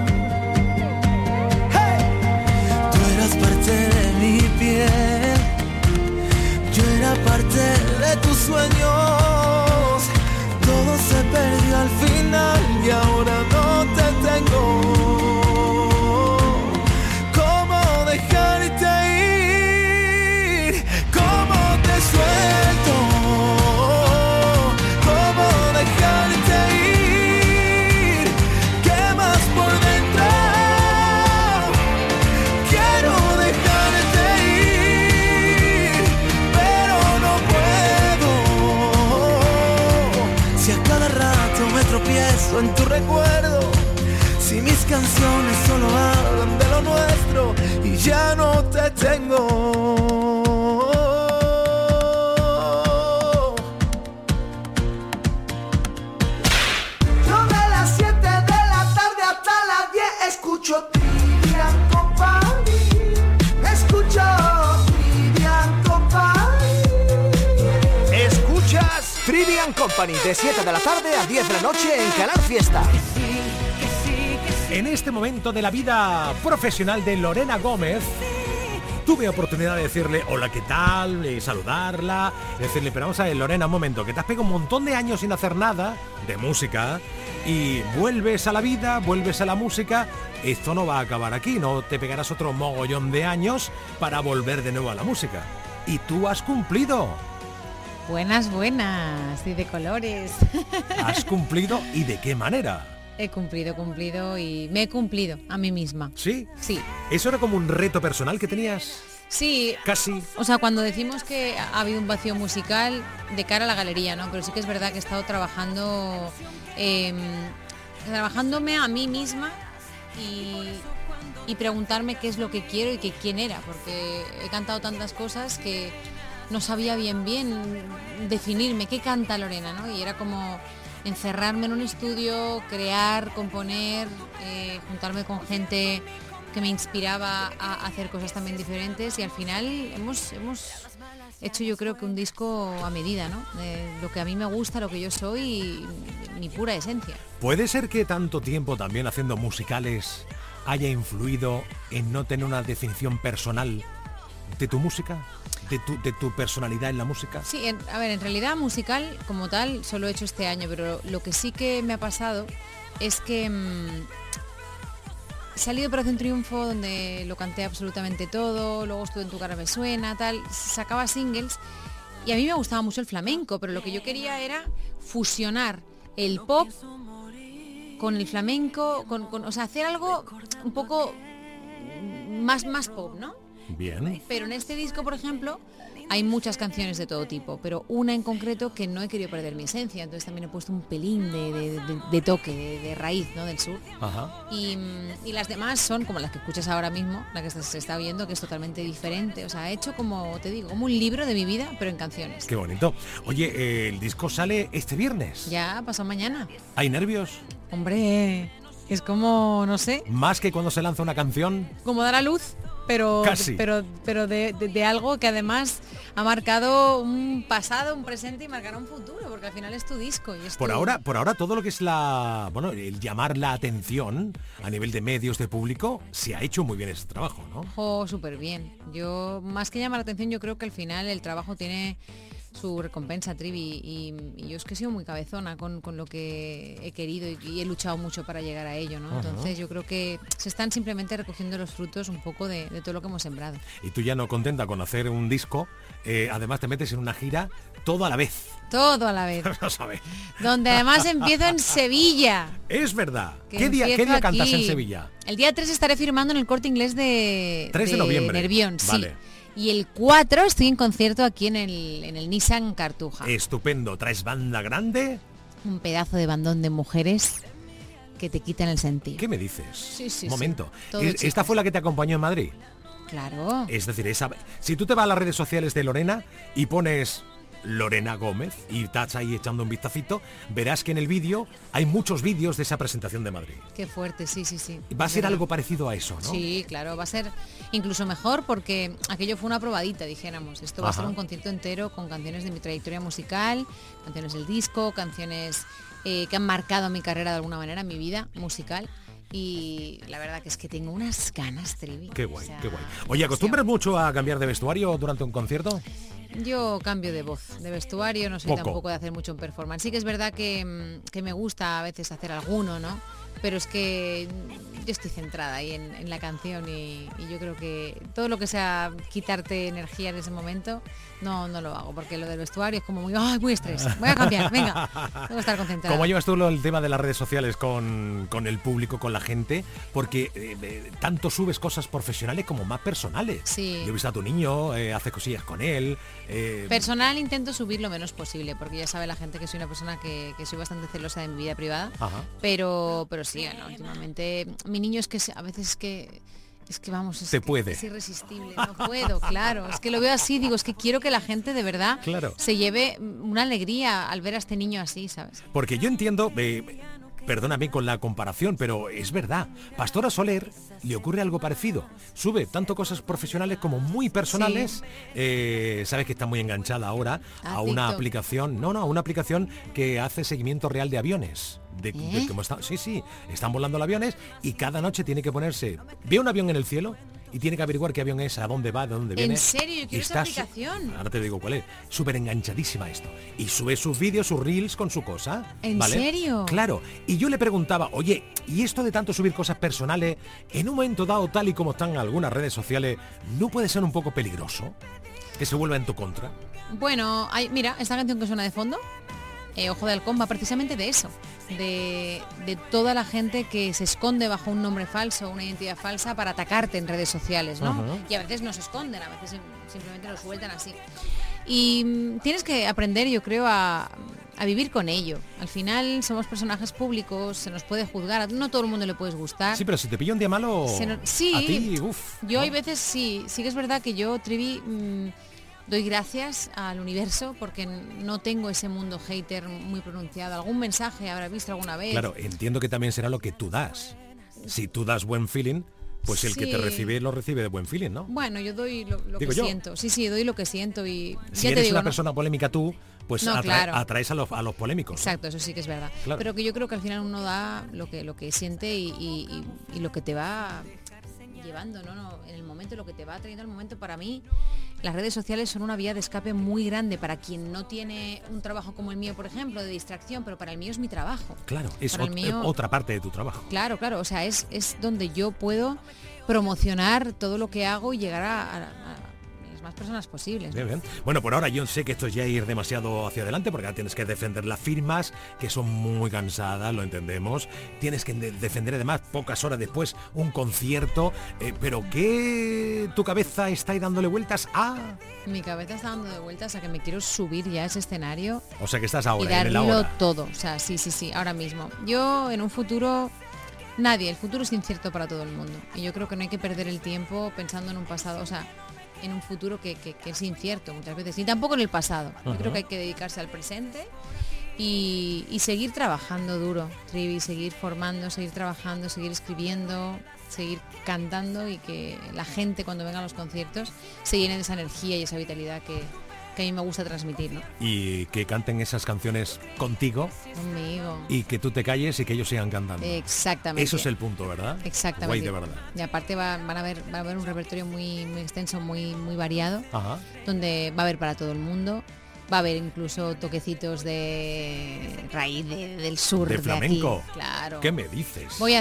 ¡Hey! Tú eras parte de mi piel, yo era parte de tus sueños. Todo se perdió al final y ahora no te tengo. ¿Cómo dejarte ir? ¿Cómo te suelto? ¿Cómo dejarte ir? ¿Qué más por dentro? Quiero dejarte ir, pero no puedo. Si a cada rato me tropiezo en tu recuerdo, si mis canciones solo hablan de lo nuestro y ya no te tengo. Yo de las 7 de la tarde hasta las 10 escucho Trivian Company. Escucho Trivian Company. Escuchas Trivian Company de 7 de la tarde a 10 de la noche en Canal Fiesta. En este momento de la vida profesional de Lorena Gómez, tuve oportunidad de decirle hola, ¿qué tal? Saludarla, decirle, pero vamos a ver, Lorena, un momento, que te has pegado un montón de años sin hacer nada de música y vuelves a la vida, vuelves a la música. Esto no va a acabar aquí, no te pegarás otro mogollón de años para volver de nuevo a la música. Y tú has cumplido. Buenas, y de colores. Has cumplido, ¿y de qué manera? He cumplido y me he cumplido a mí misma. ¿Sí? Sí. ¿Eso era como un reto personal que tenías? Sí. Casi. O sea, cuando decimos que ha habido un vacío musical de cara a la galería, ¿no? Pero sí que es verdad que he estado trabajándome a mí misma y preguntarme qué es lo que quiero y quién era, porque he cantado tantas cosas que no sabía bien definirme qué canta Lorena, ¿no? Y era como encerrarme en un estudio, crear, componer, juntarme con gente que me inspiraba a hacer cosas también diferentes, y al final hemos hecho, yo creo que un disco a medida, ¿no? De lo que a mí me gusta, lo que yo soy y mi pura esencia. ¿Puede ser que tanto tiempo también haciendo musicales haya influido en no tener una definición personal de tu música? De tu personalidad en la música? Sí, en realidad musical como tal solo he hecho este año, pero lo que sí que me ha pasado es que he salido de Operación Triunfo, donde lo canté absolutamente todo, luego estuve en Tu cara me suena, tal, sacaba singles y a mí me gustaba mucho el flamenco, pero lo que yo quería era fusionar el pop con el flamenco, o sea, hacer algo un poco más pop, ¿no? Bien. Pero en este disco, por ejemplo, hay muchas canciones de todo tipo, pero una en concreto que no he querido perder mi esencia, entonces también he puesto un pelín de toque, de raíz, ¿no? Del sur. Ajá. Y las demás son como las que escuchas ahora mismo, la que se está oyendo, que es totalmente diferente. O sea, he hecho, como te digo, como un libro de mi vida, pero en canciones. Qué bonito. Oye, el disco sale este viernes. Ya, pasado mañana. ¿Hay nervios? Hombre, es como, no sé. Más que cuando se lanza una canción. Como dar a luz. Pero de algo que además ha marcado un pasado, un presente y marcará un futuro, porque al final es tu disco. Y es por ahora todo lo que es el llamar la atención a nivel de medios, de público, se ha hecho muy bien ese trabajo, ¿no? Súper bien. Yo, más que llamar la atención, yo creo que al final el trabajo tiene su recompensa, Trivi, y yo es que he sido muy cabezona con lo que he querido y he luchado mucho para llegar a ello, ¿no? Ajá. Entonces yo creo que se están simplemente recogiendo los frutos un poco de todo lo que hemos sembrado. Y tú, ya no contenta con hacer un disco, además te metes en una gira todo a la vez. Todo a la vez. Vamos a ver. Donde además empiezo en Sevilla. Es verdad. ¿Qué día cantas en Sevilla? El día 3 estaré firmando en el Corte Inglés de 3 de noviembre. Nervión, vale. Sí. Y el 4 estoy en concierto aquí en el Nissan Cartuja. Estupendo. ¿Traes banda grande? Un pedazo de bandón de mujeres que te quitan el sentido. ¿Qué me dices? Sí. Un momento. Sí. ¿Esta fue la que te acompañó en Madrid? Claro. Es decir, si tú te vas a las redes sociales de Lorena y pones Lorena Gómez y estás ahí echando un vistacito, verás que en el vídeo hay muchos vídeos de esa presentación de Madrid. Qué fuerte, sí. Va a ser algo parecido a eso, ¿no? Sí, claro, va a ser incluso mejor, porque aquello fue una probadita, dijéramos. Esto va a ser un concierto entero con canciones de mi trayectoria musical, canciones del disco, canciones que han marcado mi carrera de alguna manera, mi vida musical. Y la verdad que es que tengo unas ganas, Trivi. Qué guay, qué guay. Oye, ¿acostumbras mucho a cambiar de vestuario durante un concierto? Yo cambio de voz, de vestuario, no soy tampoco de hacer mucho en performance. Sí que es verdad que me gusta a veces hacer alguno, ¿no? Pero es que yo estoy centrada ahí en la canción y yo creo que todo lo que sea quitarte energía en ese momento, no lo hago, porque lo del vestuario es como muy estrés. Voy a cambiar, venga, tengo que estar concentrada. ¿Cómo llevas tú el tema de las redes sociales con el público, con la gente? Porque tanto subes cosas profesionales como más personales. Sí. Yo he visto a tu niño, haces cosillas con él. Personal intento subir lo menos posible, porque ya sabe la gente que soy una persona que soy bastante celosa de mi vida privada. Ajá. Pero consiga, ¿no? Últimamente, mi niño es que a veces es que vamos, es irresistible, no puedo, claro. Es que lo veo así, digo, es que quiero que la gente de verdad se lleve una alegría al ver a este niño así, ¿sabes? Porque yo entiendo, perdóname con la comparación, pero es verdad. Pastora Soler le ocurre algo parecido. Sube tanto cosas profesionales como muy personales. Sabes que está muy enganchada ahora a una aplicación, a una aplicación que hace seguimiento real de aviones. De cómo están, están volando los aviones y cada noche tiene que ponerse, ve un avión en el cielo y tiene que averiguar qué avión es, a dónde va, de dónde viene. ¿En serio? Yo quiero esa aplicación. Ahora te digo cuál es. Súper enganchadísima esto. Y sube sus vídeos, sus reels con su cosa. ¿En serio? Claro. Y yo le preguntaba, oye, ¿y esto de tanto subir cosas personales, en un momento dado, tal y como están algunas redes sociales, no puede ser un poco peligroso? Que se vuelva en tu contra. Bueno, mira, esta canción que suena de fondo, Ojo de Halcón, va precisamente de eso. De toda la gente que se esconde bajo un nombre falso, una identidad falsa para atacarte en redes sociales, ¿no? Uh-huh. Y a veces no se esconden, a veces simplemente lo sueltan así. Y tienes que aprender, yo creo, a vivir con ello. Al final somos personajes públicos, se nos puede juzgar, no todo el mundo le puedes gustar. Sí, pero si te pilla un día malo, sí, a ti, yo hay veces sí que es verdad que yo, Trivi, doy gracias al universo porque no tengo ese mundo hater muy pronunciado. Algún mensaje habrá visto alguna vez. Claro, entiendo que también será lo que tú das. Si tú das buen feeling, pues el que te recibe lo recibe de buen feeling, ¿no? Bueno, yo doy lo que siento. Sí, doy lo que siento y si eres una persona polémica tú, pues atraes a los polémicos. Exacto, eso sí que es verdad. Claro. Pero que yo creo que al final uno da lo que siente y lo que te va llevando, ¿no? En el momento, lo que te va trayendo al momento. Para mí, las redes sociales son una vía de escape muy grande para quien no tiene un trabajo como el mío, por ejemplo, de distracción, pero para el mío es mi trabajo. Claro, es otra parte de tu trabajo. Claro, o sea, es donde yo puedo promocionar todo lo que hago y llegar a más personas posibles. Bien. Bueno, por ahora yo sé que esto es ya ir demasiado hacia adelante porque ahora tienes que defender las firmas que son muy cansadas, lo entendemos. Tienes que defender además pocas horas después un concierto, pero ¿qué tu cabeza está ahí dándole vueltas a? Mi cabeza está dando vueltas a que me quiero subir ya a ese escenario. O sea que estás ahora y darlo en el ahora. Todo, o sea, sí, ahora mismo. Yo en un futuro el futuro es incierto para todo el mundo y yo creo que no hay que perder el tiempo pensando en un pasado, o sea, en un futuro que es incierto muchas veces, ni tampoco en el pasado. Yo creo que hay que dedicarse al presente y seguir trabajando duro, Trivi, seguir formando, seguir trabajando, seguir escribiendo, seguir cantando y que la gente cuando venga a los conciertos se llene de esa energía y esa vitalidad que a mí me gusta transmitir, ¿no? Y que canten esas canciones conmigo y que tú te calles y que ellos sigan cantando. Exactamente. Eso es el punto, ¿verdad? Exactamente. Guay, de verdad. Y aparte va a haber un repertorio muy extenso, muy variado. Ajá. Donde va a haber para todo el mundo. Va a haber incluso toquecitos de raíz del sur de flamenco. Aquí. Claro. ¿Qué me dices? Voy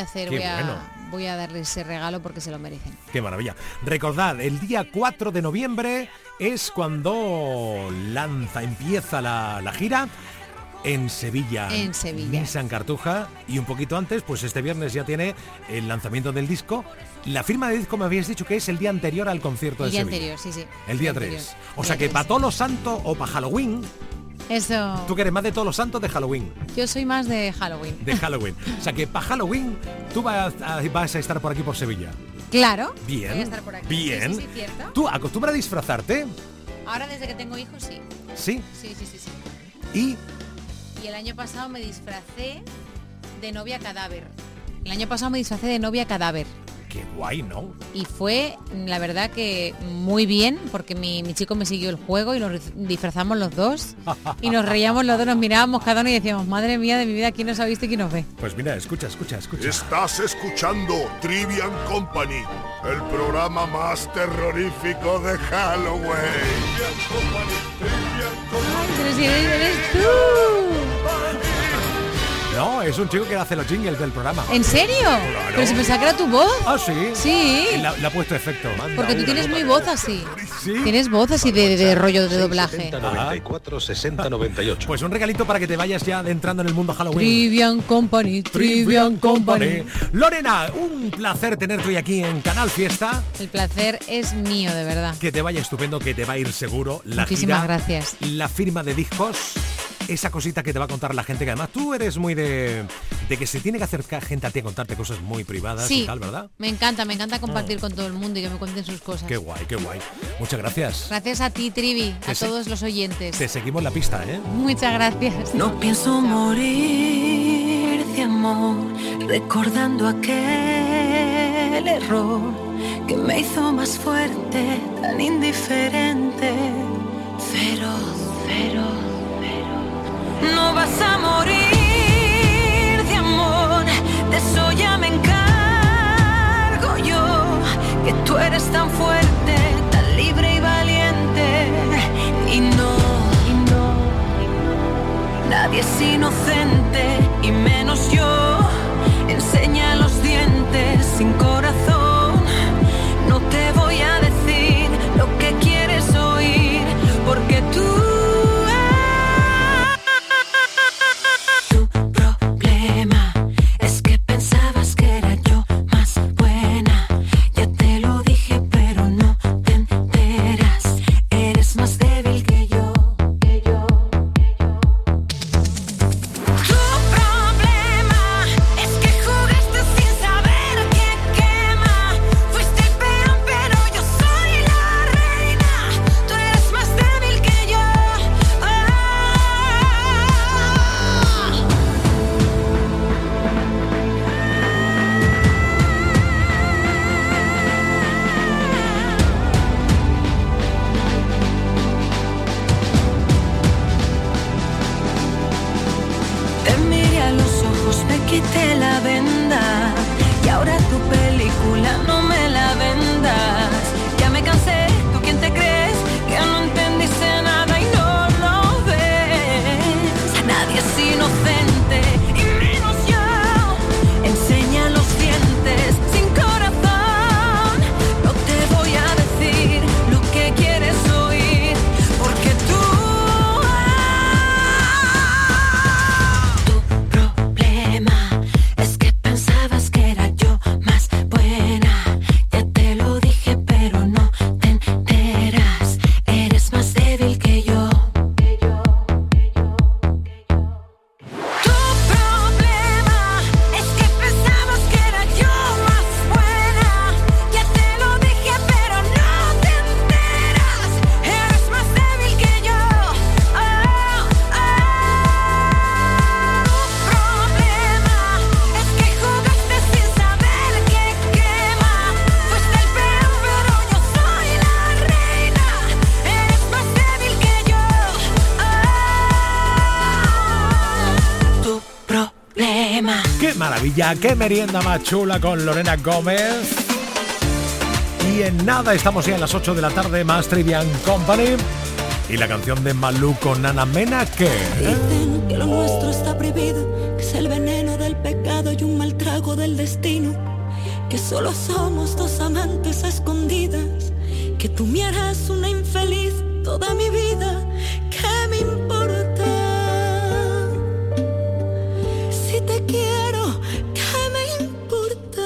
a darles ese regalo porque se lo merecen. Qué maravilla. Recordad, el día 4 de noviembre es cuando empieza la gira en Sevilla. Nissan Cartuja, y un poquito antes, pues este viernes ya tiene el lanzamiento del disco. La firma de disco me habías dicho que es el día anterior al concierto de Sevilla. El día anterior, sí. El día 3. O sea que para Todos los Santos o para Halloween. Eso. ¿Tú que eres más de Todos los Santos de Halloween? Yo soy más de Halloween. De Halloween. O sea que para Halloween tú vas a estar por aquí por Sevilla. Claro. Bien. Voy a estar por aquí. Bien. Sí, cierto. ¿Tú acostumbras a disfrazarte? Ahora desde que tengo hijos, sí. ¿Sí? Sí. ¿Y? Y el año pasado me disfracé de novia cadáver. El año pasado me disfracé de novia cadáver. Qué guay, ¿no? Y fue, la verdad, que muy bien, porque mi chico me siguió el juego y nos disfrazamos los dos. Y nos reíamos los dos, nos mirábamos cada uno y decíamos, madre mía de mi vida, ¿quién nos ha visto y quién nos ve? Pues mira, escucha. Estás escuchando Trivian Company, el programa más terrorífico de Halloween. Ay, pero si eres tú. No, es un chico que hace los jingles del programa. ¿En serio? Claro. Pero si pensaba que era tu voz. Ah, sí. Sí. Le ha puesto efecto. Porque tú tienes muy voz así. ¿Sí? Tienes voz así de rollo de doblaje. 94 60 98. Pues un regalito para que te vayas ya entrando en el mundo Halloween. Trivian Company. Lorena, un placer tenerte hoy aquí en Canal Fiesta. El placer es mío, de verdad. Que te vaya estupendo, que te va a ir seguro. Muchísimas gracias. La firma de discos. esa cosita que te va a contar la gente, que además tú eres muy de que se tiene que acercar gente a ti a contarte cosas muy privadas y tal, ¿verdad? Me encanta compartir con todo el mundo y que me cuenten sus cosas. Qué guay, qué guay. Muchas gracias. Gracias a ti, Trivi, a todos los oyentes. Te seguimos la pista, ¿eh? Muchas gracias. No pienso morir de amor, recordando aquel error que me hizo más fuerte, tan indiferente. Feroz. No vas a morir de amor, de eso ya me encargo yo, que tú eres tan fuerte, tan libre y valiente. Y no, nadie es inocente, y menos yo. Enseña los dientes sin corazón. No te voy a decir lo que quieres oír, porque tú maravilla, qué merienda más chula con Lorena Gómez. Y en nada estamos ya a las 8 de la tarde, más Trivian Company. Y la canción de Malú con Ana Mena, que dicen que lo nuestro está prohibido, que es el veneno del pecado y un mal trago del destino, que solo somos dos amantes a escondidas, que tú me harás una infeliz toda mi vida. ¿Qué me importa? Si te quiero, ¿qué me importa?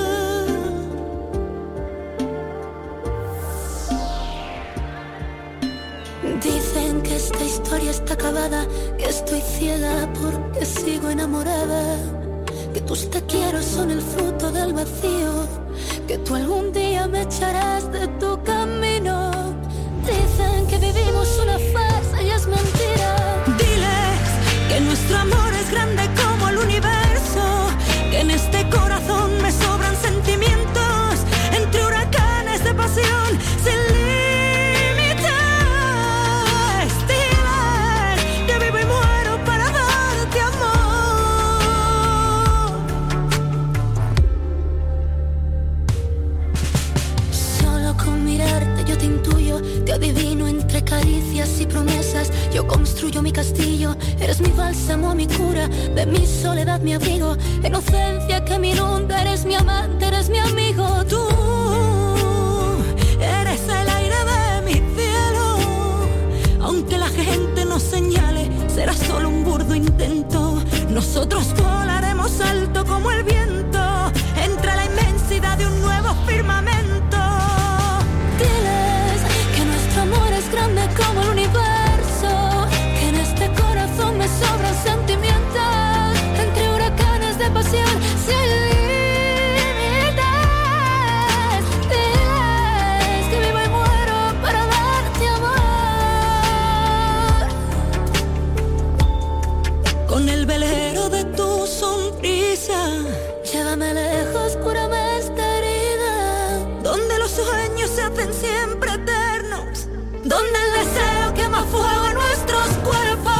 Dicen que esta historia está acabada, que estoy ciega porque sigo enamorada, que tus te quiero son el fruto del vacío, que tú algún día me echarás de tu camino. Dicen que vivimos una farsa y es mentira. Diles que nuestro amor es grande como el universo, que en este corazón me sobran sentimientos, entre huracanes de pasión sin límites. Diles que vivo y muero para darte amor. Solo con mirarte yo te intuyo, te adivino entre caricias y promesas. Yo construyo mi castillo, eres mi bálsamo, mi cura, de mi soledad mi abrigo, inocencia que me inunda, eres mi amante, eres mi amigo. Tú eres el aire de mi cielo, aunque la gente nos señale, será solo un burdo intento. Nosotros volaremos alto como el viento, entre la inmensidad de un nuevo firmamento. Diles que nuestro amor es grande como el universo, que en este corazón donde el deseo quema fuego en nuestros cuerpos.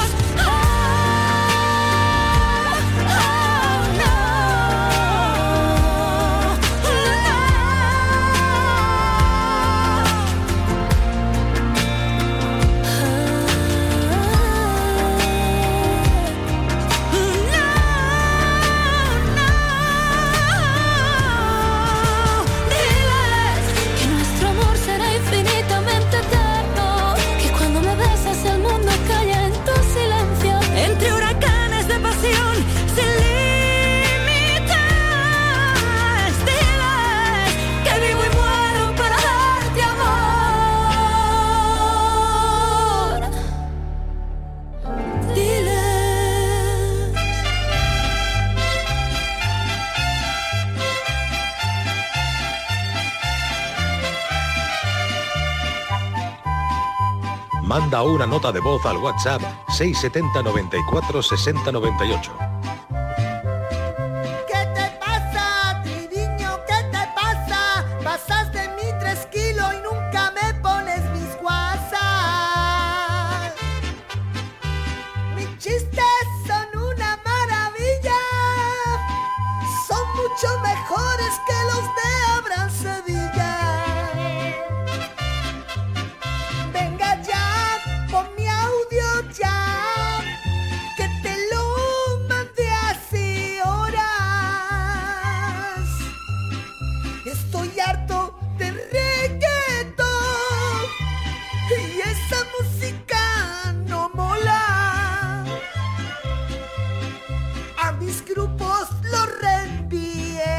Manda una nota de voz al WhatsApp 670 94 60 98. ¿Qué te pasa, triviño? ¿Qué te pasa? Pasas de mí 3 kilos y nunca me pones mis WhatsApp. Mis chistes son una maravilla, son mucho mejores que los de Abraham Sevilla. Venga ya, pon mi audio ya, que te lo mandé hace horas. Estoy harto de reggaetón y esa música no mola. A mis grupos los reenvié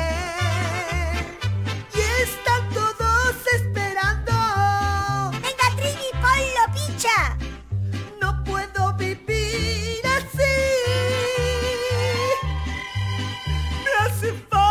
y están todos esperando. Venga, Trini, ponlo, picha. No puedo vivir así. Me hace falta